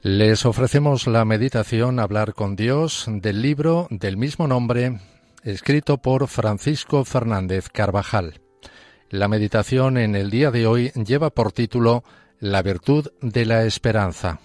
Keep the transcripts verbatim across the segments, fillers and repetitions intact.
Les ofrecemos la meditación Hablar con Dios del libro del mismo nombre, escrito por Francisco Fernández Carvajal. La meditación en el día de hoy lleva por título La virtud de la esperanza.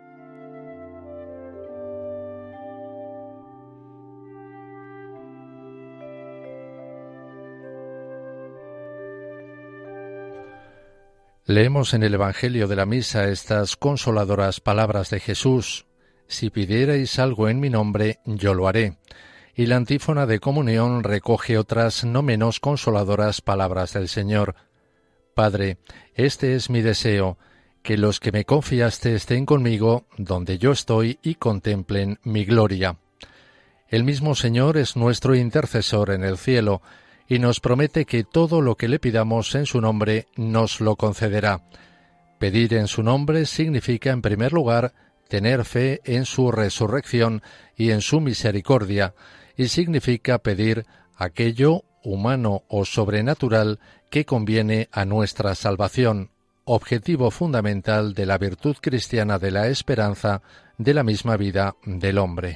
Leemos en el Evangelio de la Misa estas consoladoras palabras de Jesús: «Si pidierais algo en mi nombre, yo lo haré». Y la antífona de comunión recoge otras no menos consoladoras palabras del Señor: «Padre, este es mi deseo, que los que me confiaste estén conmigo donde yo estoy y contemplen mi gloria». El mismo Señor es nuestro intercesor en el cielo, y nos promete que todo lo que le pidamos en su nombre nos lo concederá. Pedir en su nombre significa, en primer lugar, tener fe en su resurrección y en su misericordia, y significa pedir aquello humano o sobrenatural que conviene a nuestra salvación, objetivo fundamental de la virtud cristiana de la esperanza de la misma vida del hombre.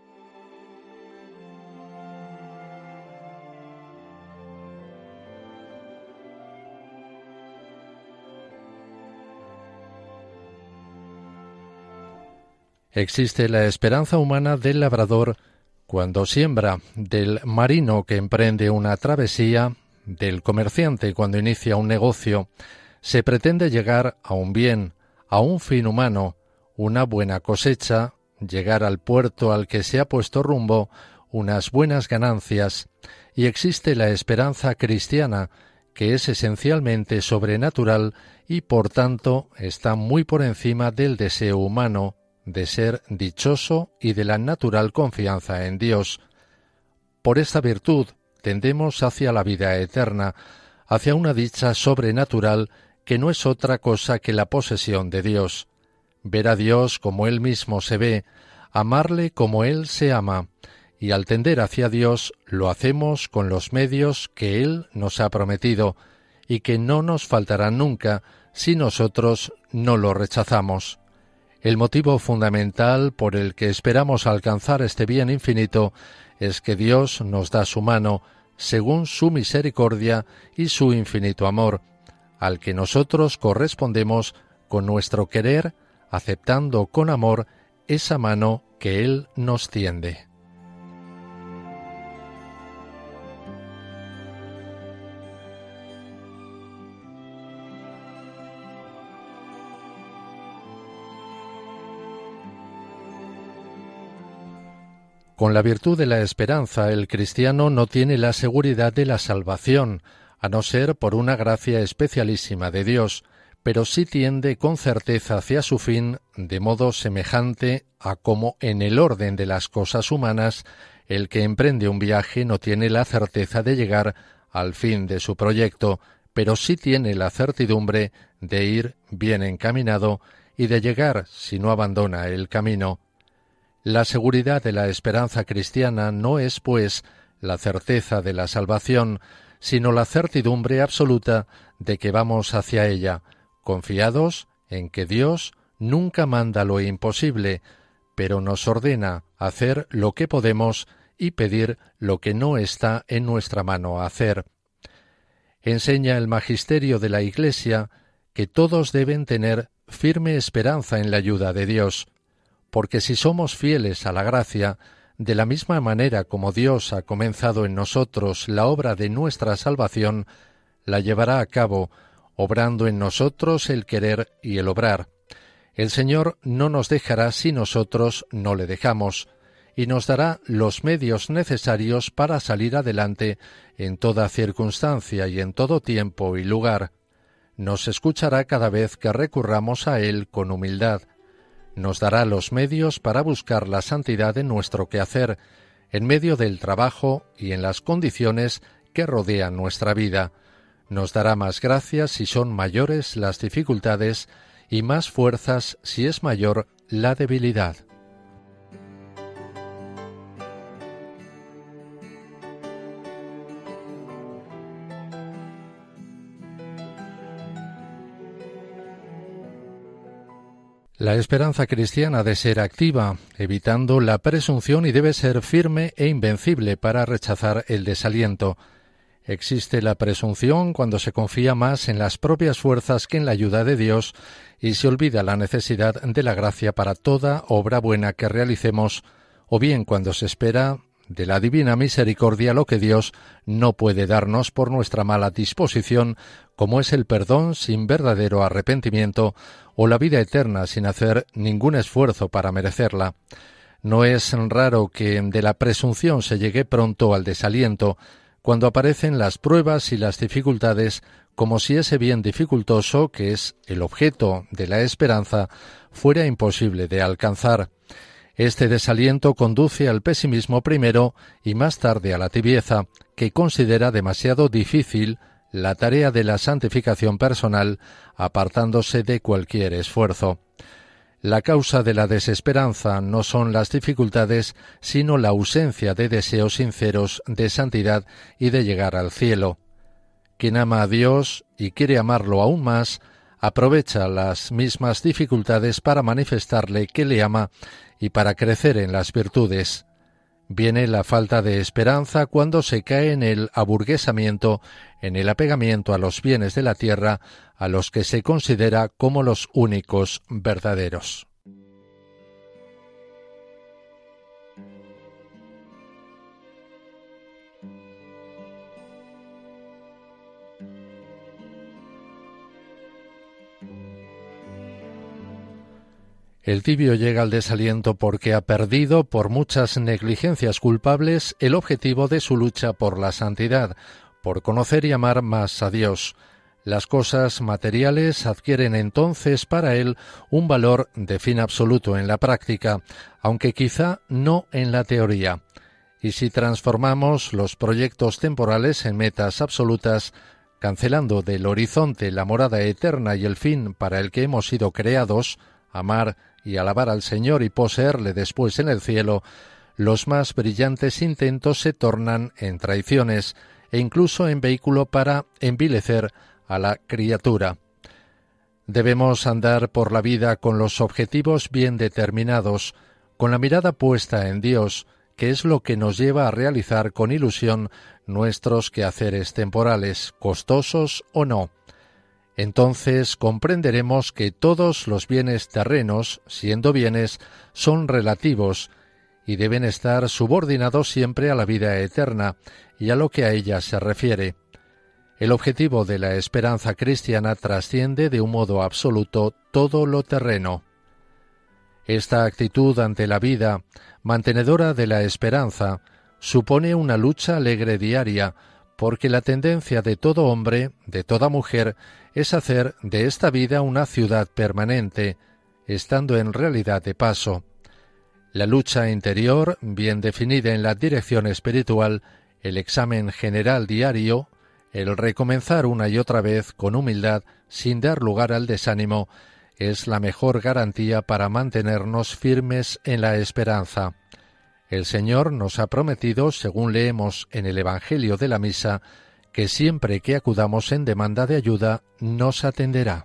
Existe la esperanza humana del labrador cuando siembra, del marino que emprende una travesía, del comerciante cuando inicia un negocio. Se pretende llegar a un bien, a un fin humano, una buena cosecha, llegar al puerto al que se ha puesto rumbo, unas buenas ganancias, y existe la esperanza cristiana, que es esencialmente sobrenatural y por tanto está muy por encima del deseo humano de ser dichoso y de la natural confianza en Dios. Por esta virtud tendemos hacia la vida eterna, hacia una dicha sobrenatural que no es otra cosa que la posesión de Dios. Ver a Dios como Él mismo se ve, amarle como Él se ama, y al tender hacia Dios lo hacemos con los medios que Él nos ha prometido, y que no nos faltarán nunca si nosotros no lo rechazamos. El motivo fundamental por el que esperamos alcanzar este bien infinito es que Dios nos da su mano, según su misericordia y su infinito amor, al que nosotros correspondemos con nuestro querer, aceptando con amor esa mano que Él nos tiende. Con la virtud de la esperanza, el cristiano no tiene la seguridad de la salvación, a no ser por una gracia especialísima de Dios, pero sí tiende con certeza hacia su fin, de modo semejante a como en el orden de las cosas humanas, el que emprende un viaje no tiene la certeza de llegar al fin de su proyecto, pero sí tiene la certidumbre de ir bien encaminado y de llegar si no abandona el camino. La seguridad de la esperanza cristiana no es, pues, la certeza de la salvación, sino la certidumbre absoluta de que vamos hacia ella, confiados en que Dios nunca manda lo imposible, pero nos ordena hacer lo que podemos y pedir lo que no está en nuestra mano hacer. Enseña el magisterio de la Iglesia que todos deben tener firme esperanza en la ayuda de Dios, porque si somos fieles a la gracia, de la misma manera como Dios ha comenzado en nosotros la obra de nuestra salvación, la llevará a cabo, obrando en nosotros el querer y el obrar. El Señor no nos dejará si nosotros no le dejamos, y nos dará los medios necesarios para salir adelante en toda circunstancia y en todo tiempo y lugar. Nos escuchará cada vez que recurramos a Él con humildad. Nos dará los medios para buscar la santidad en nuestro quehacer, en medio del trabajo y en las condiciones que rodean nuestra vida. Nos dará más gracias si son mayores las dificultades y más fuerzas si es mayor la debilidad. La esperanza cristiana ha de ser activa, evitando la presunción, y debe ser firme e invencible para rechazar el desaliento. Existe la presunción cuando se confía más en las propias fuerzas que en la ayuda de Dios y se olvida la necesidad de la gracia para toda obra buena que realicemos, o bien cuando se espera de la divina misericordia lo que Dios no puede darnos por nuestra mala disposición, como es el perdón sin verdadero arrepentimiento o la vida eterna sin hacer ningún esfuerzo para merecerla. No es raro que de la presunción se llegue pronto al desaliento, cuando aparecen las pruebas y las dificultades, como si ese bien dificultoso, que es el objeto de la esperanza, fuera imposible de alcanzar. Este desaliento conduce al pesimismo primero y más tarde a la tibieza, que considera demasiado difícil la tarea de la santificación personal, apartándose de cualquier esfuerzo. La causa de la desesperanza no son las dificultades, sino la ausencia de deseos sinceros de santidad y de llegar al cielo. Quien ama a Dios y quiere amarlo aún más, aprovecha las mismas dificultades para manifestarle que le ama y para crecer en las virtudes. Viene la falta de esperanza cuando se cae en el aburguesamiento, en el apegamiento a los bienes de la tierra, a los que se considera como los únicos verdaderos. El tibio llega al desaliento porque ha perdido, por muchas negligencias culpables, el objetivo de su lucha por la santidad, por conocer y amar más a Dios. Las cosas materiales adquieren entonces para él un valor de fin absoluto en la práctica, aunque quizá no en la teoría. Y si transformamos los proyectos temporales en metas absolutas, cancelando del horizonte la morada eterna y el fin para el que hemos sido creados, amar y alabar al Señor y poseerle después en el cielo, los más brillantes intentos se tornan en traiciones e incluso en vehículo para envilecer a la criatura. Debemos andar por la vida con los objetivos bien determinados, con la mirada puesta en Dios, que es lo que nos lleva a realizar con ilusión nuestros quehaceres temporales, costosos o no. Entonces comprenderemos que todos los bienes terrenos, siendo bienes, son relativos y deben estar subordinados siempre a la vida eterna y a lo que a ella se refiere. El objetivo de la esperanza cristiana trasciende de un modo absoluto todo lo terreno. Esta actitud ante la vida, mantenedora de la esperanza, supone una lucha alegre diaria, porque la tendencia de todo hombre, de toda mujer, es hacer de esta vida una ciudad permanente, estando en realidad de paso. La lucha interior, bien definida en la dirección espiritual, el examen general diario, el recomenzar una y otra vez con humildad, sin dar lugar al desánimo, es la mejor garantía para mantenernos firmes en la esperanza. El Señor nos ha prometido, según leemos en el Evangelio de la Misa, que siempre que acudamos en demanda de ayuda, nos atenderá.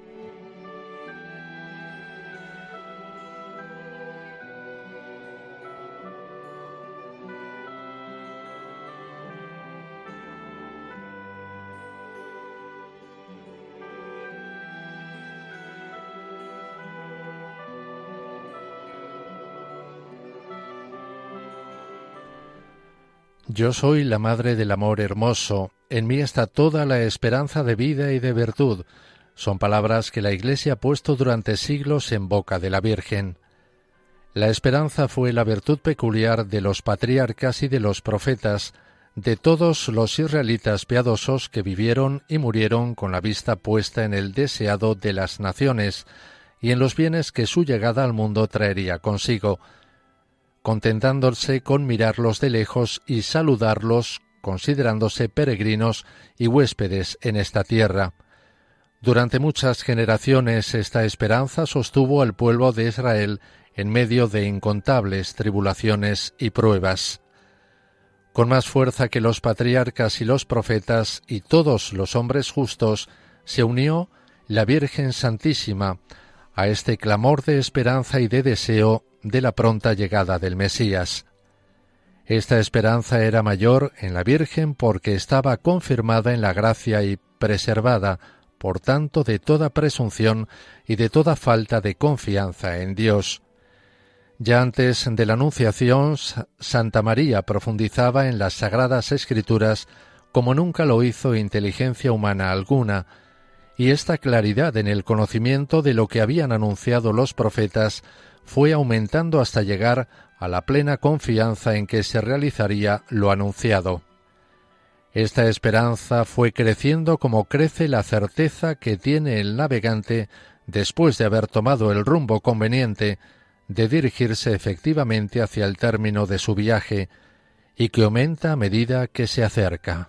Yo soy la madre del amor hermoso, en mí está toda la esperanza de vida y de virtud. Son palabras que la Iglesia ha puesto durante siglos en boca de la Virgen. La esperanza fue la virtud peculiar de los patriarcas y de los profetas, de todos los israelitas piadosos que vivieron y murieron con la vista puesta en el deseado de las naciones y en los bienes que su llegada al mundo traería consigo, contentándose con mirarlos de lejos y saludarlos, considerándose peregrinos y huéspedes en esta tierra. Durante muchas generaciones esta esperanza sostuvo al pueblo de Israel en medio de incontables tribulaciones y pruebas. Con más fuerza que los patriarcas y los profetas y todos los hombres justos, se unió la Virgen Santísima, a este clamor de esperanza y de deseo de la pronta llegada del Mesías. Esta esperanza era mayor en la Virgen porque estaba confirmada en la gracia y preservada, por tanto, de toda presunción y de toda falta de confianza en Dios. Ya antes de la Anunciación, Santa María profundizaba en las Sagradas Escrituras como nunca lo hizo inteligencia humana alguna, y esta claridad en el conocimiento de lo que habían anunciado los profetas fue aumentando hasta llegar a la plena confianza en que se realizaría lo anunciado. Esta esperanza fue creciendo como crece la certeza que tiene el navegante después de haber tomado el rumbo conveniente de dirigirse efectivamente hacia el término de su viaje y que aumenta a medida que se acerca.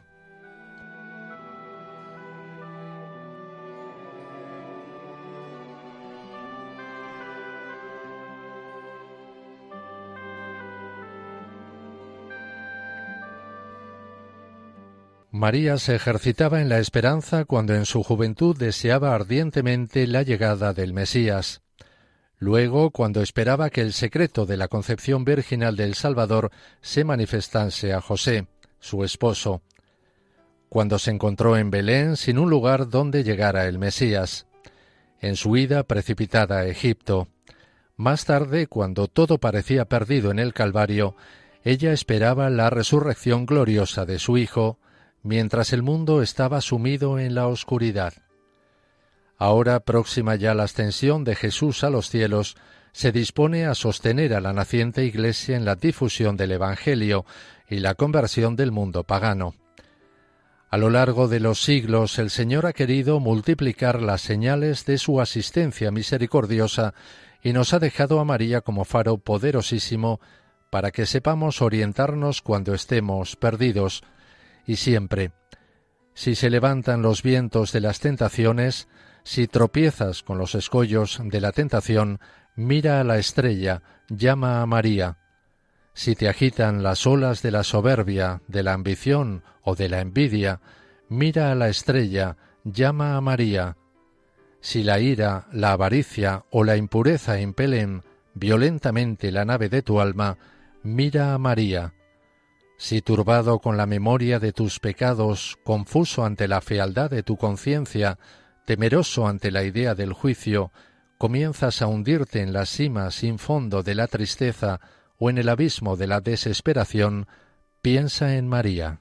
María se ejercitaba en la esperanza cuando en su juventud deseaba ardientemente la llegada del Mesías. Luego, cuando esperaba que el secreto de la concepción virginal del Salvador se manifestase a José, su esposo. Cuando se encontró en Belén sin un lugar donde llegara el Mesías. En su ida precipitada a Egipto. Más tarde, cuando todo parecía perdido en el Calvario, ella esperaba la resurrección gloriosa de su Hijo, mientras el mundo estaba sumido en la oscuridad. Ahora, próxima ya la ascensión de Jesús a los cielos, se dispone a sostener a la naciente Iglesia en la difusión del Evangelio y la conversión del mundo pagano. A lo largo de los siglos, el Señor ha querido multiplicar las señales de su asistencia misericordiosa y nos ha dejado a María como faro poderosísimo para que sepamos orientarnos cuando estemos perdidos. Y siempre, si se levantan los vientos de las tentaciones, si tropiezas con los escollos de la tentación, mira a la estrella, llama a María. Si te agitan las olas de la soberbia, de la ambición o de la envidia, mira a la estrella, llama a María. Si la ira, la avaricia o la impureza impelen violentamente la nave de tu alma, mira a María. Si turbado con la memoria de tus pecados, confuso ante la fealdad de tu conciencia, temeroso ante la idea del juicio, comienzas a hundirte en la cima sin fondo de la tristeza o en el abismo de la desesperación, piensa en María.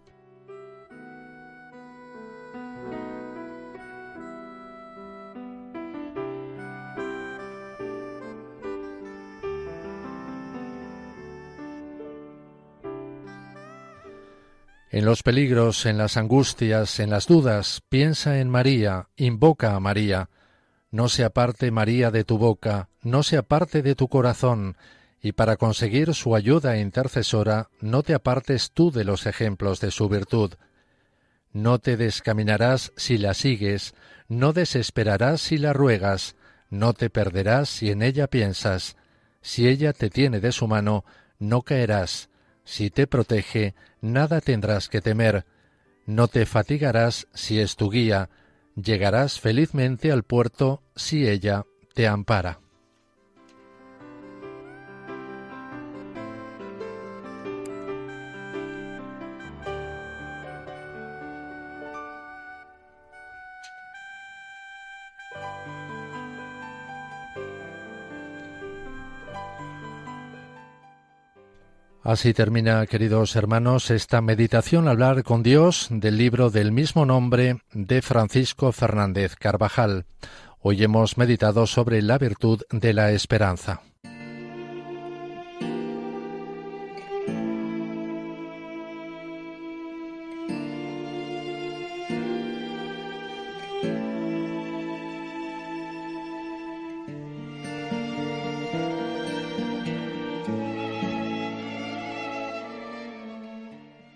En los peligros, en las angustias, en las dudas, piensa en María, invoca a María. No se aparte María de tu boca, no se aparte de tu corazón, y para conseguir su ayuda intercesora, no te apartes tú de los ejemplos de su virtud. No te descaminarás si la sigues, no desesperarás si la ruegas, no te perderás si en ella piensas. Si ella te tiene de su mano, no caerás. Si te protege, nada tendrás que temer. No te fatigarás si es tu guía. Llegarás felizmente al puerto si ella te ampara. Así termina, queridos hermanos, esta meditación al hablar con Dios del libro del mismo nombre de Francisco Fernández Carvajal. Hoy hemos meditado sobre la virtud de la esperanza.